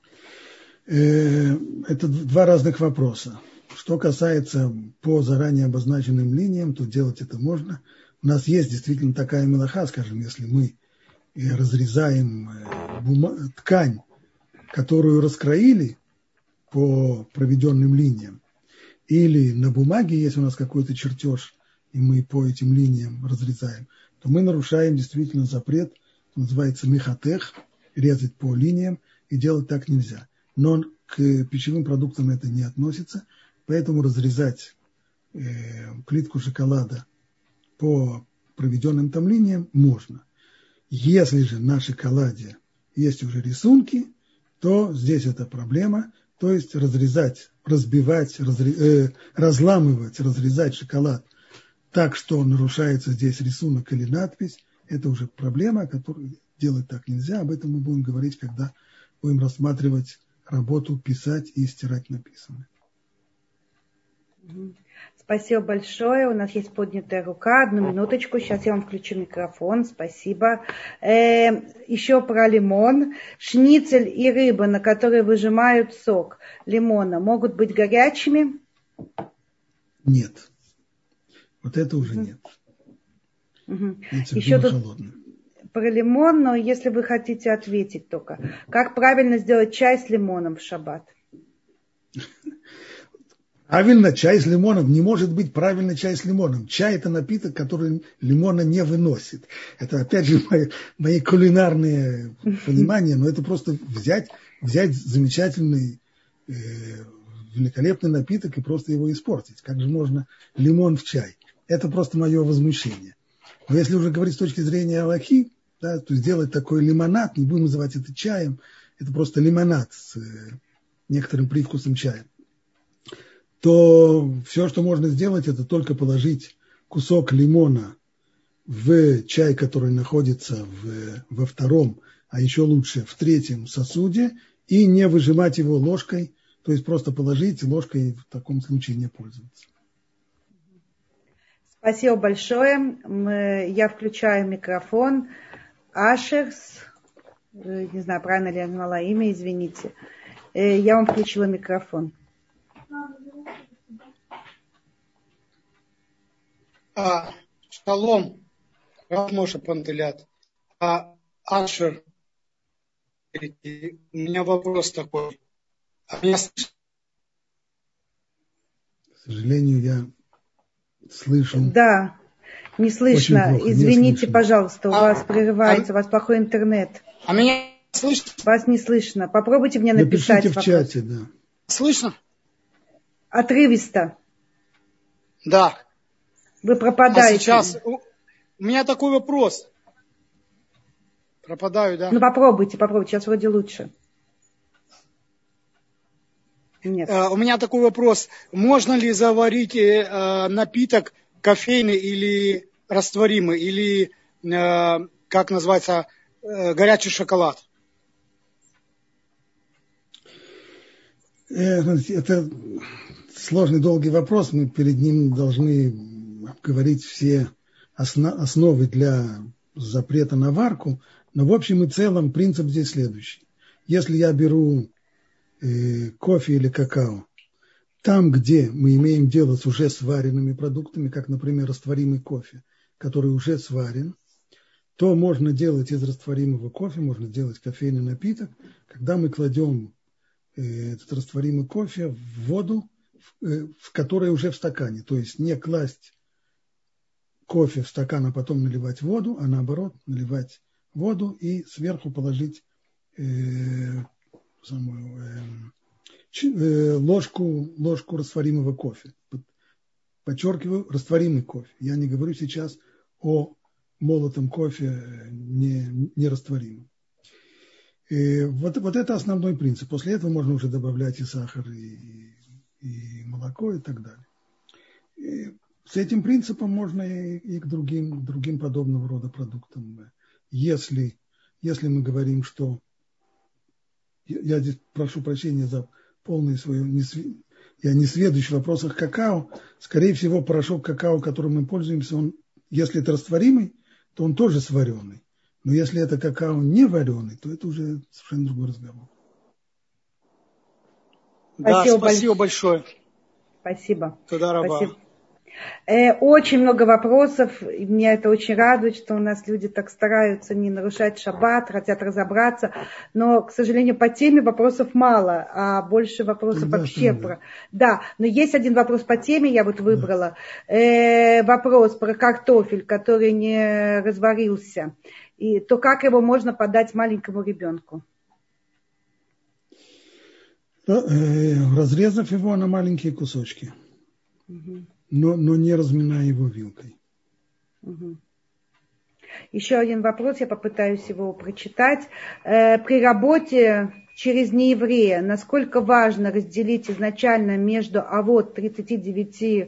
Это два разных вопроса. Что касается по заранее обозначенным линиям, то делать это можно. У нас есть действительно такая мелаха, скажем, если мы разрезаем ткань, которую раскроили по проведенным линиям, или на бумаге есть у нас какой-то чертеж, и мы по этим линиям разрезаем, то мы нарушаем действительно запрет, называется мехатех, резать по линиям, и делать так нельзя. Но к пищевым продуктам это не относится, поэтому разрезать плитку шоколада по проведенным там линиям можно. Если же на шоколаде есть уже рисунки, то здесь это проблема, то есть разрезать, разбивать, разламывать, разрезать шоколад так, что нарушается здесь рисунок или надпись, это уже проблема, которую делать так нельзя. Об этом мы будем говорить, когда будем рассматривать работу писать и стирать написанное. Спасибо большое. У нас есть поднятая рука. Одну минуточку. Сейчас я вам включу микрофон. Спасибо. Еще про лимон. Шницель и рыба, на которые выжимают сок лимона, могут быть горячими? Нет. Вот это уже нет. Еще тут холодным. Про лимон, но если вы хотите ответить только. Как правильно сделать чай с лимоном в шаббат? Правильно, чай с лимоном. Не может быть правильно чай с лимоном. Чай – это напиток, который лимона не выносит. Это, опять же, мои кулинарные понимания, но это просто взять замечательный, великолепный напиток и просто его испортить. Как же можно лимон в чай? Это просто мое возмущение. Но если уже говорить с точки зрения алахи, да, то сделать такой лимонад, не будем называть это чаем, это просто лимонад с некоторым привкусом чая, то все, что можно сделать, это только положить кусок лимона в чай, который находится во втором, а еще лучше в третьем сосуде, и не выжимать его ложкой, то есть просто положить ложкой, в таком случае не пользоваться. Спасибо большое. Я включаю микрофон. Ашерс, не знаю, правильно ли я назвала имя, извините. Я вам включила микрофон. Шалом, Рав Моше Пантелят. Ашер, у меня вопрос такой. Меня слышно? К сожалению, я слышу. Да, не слышно. Плохо, извините, не пожалуйста, у вас прерывается, у вас плохой интернет. А меня слышно? Вас не слышно. Попробуйте мне написать. Напишите в чате, да. Слышно? Отрывисто. Да. Вы пропадаете. А сейчас у меня такой вопрос. Пропадаю, да? Ну попробуйте, сейчас вроде лучше. Нет. У меня такой вопрос. Можно ли заварить напиток кофейный или растворимый, или, как называется, горячий шоколад? Это сложный, долгий вопрос. Мы перед ним должны обговорить все основы для запрета на варку. Но в общем и целом принцип здесь следующий. Если я беру кофе или какао, там, где мы имеем дело с уже сваренными продуктами, как, например, растворимый кофе, который уже сварен, то можно делать из растворимого кофе, можно делать кофейный напиток, когда мы кладем этот растворимый кофе в воду, в которой уже в стакане. То есть не класть кофе в стакан, а потом наливать воду, а наоборот наливать воду и сверху положить ложку растворимого кофе. Подчеркиваю, растворимый кофе. Я не говорю сейчас о молотом кофе нерастворимом. Вот это основной принцип. После этого можно уже добавлять и сахар, и молоко, и так далее. И с этим принципом можно и к другим подобного рода продуктам. Если мы говорим, что... Я здесь прошу прощения за полное свое я не сведущ в вопросах какао. Скорее всего, порошок какао, которым мы пользуемся, он, если это растворимый, то он тоже сваренный. Но если это какао не вареный, то это уже совершенно другой разговор. Да, спасибо большое. Спасибо. Спасибо. Очень много вопросов, и меня это очень радует, что у нас люди так стараются не нарушать шаббат, хотят разобраться, но, к сожалению, по теме вопросов мало, а больше вопросов вообще про... Да, но есть один вопрос по теме, я вот выбрала. Вопрос про картофель, который не разварился, и то как его можно подать маленькому ребенку? Разрезав его на маленькие кусочки. Но не разминая его вилкой. Еще один вопрос, я попытаюсь его прочитать. При работе через нееврея, насколько важно разделить изначально между авот 39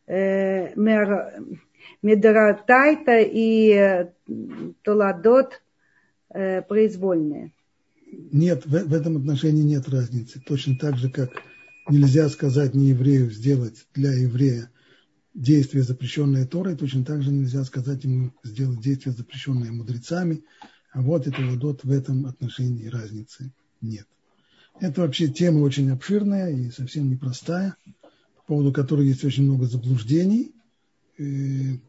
медоратайта и толадот произвольные? Нет, в этом отношении нет разницы. Точно так же, как нельзя сказать нееврею сделать для еврея действие, запрещенное Торой, точно так же нельзя сказать ему сделать действие, запрещенное мудрецами, а вот это ладот, в этом отношении разницы нет. Это вообще тема очень обширная и совсем непростая, по поводу которой есть очень много заблуждений, и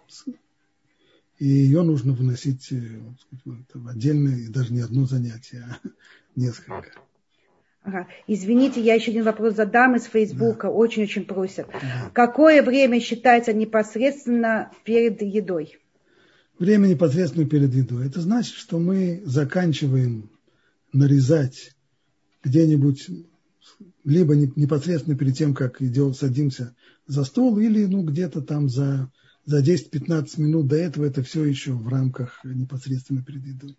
ее нужно выносить в отдельное, и даже не одно занятие, а несколько. Ага. Извините, я еще один вопрос задам из Фейсбука. Очень-очень просят. Какое время считается непосредственно перед едой? Время непосредственно перед едой. Это значит, что мы заканчиваем нарезать где-нибудь, либо непосредственно перед тем, как садимся за стол, или где-то там за 10-15 минут до этого. Это все еще в рамках непосредственно перед едой.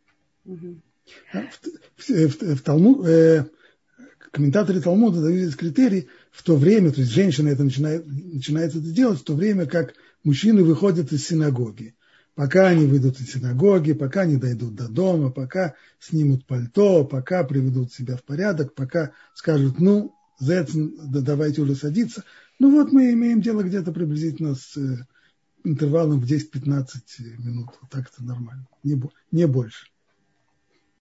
Комментаторы Талмуда дают критерий в то время, то есть женщина это начинает это делать в то время, как мужчины выходят из синагоги. Пока они выйдут из синагоги, пока они дойдут до дома, пока снимут пальто, пока приведут себя в порядок, пока скажут, давайте уже садиться. Вот мы имеем дело где-то приблизительно с интервалом в 10-15 минут. Вот так это нормально, не больше.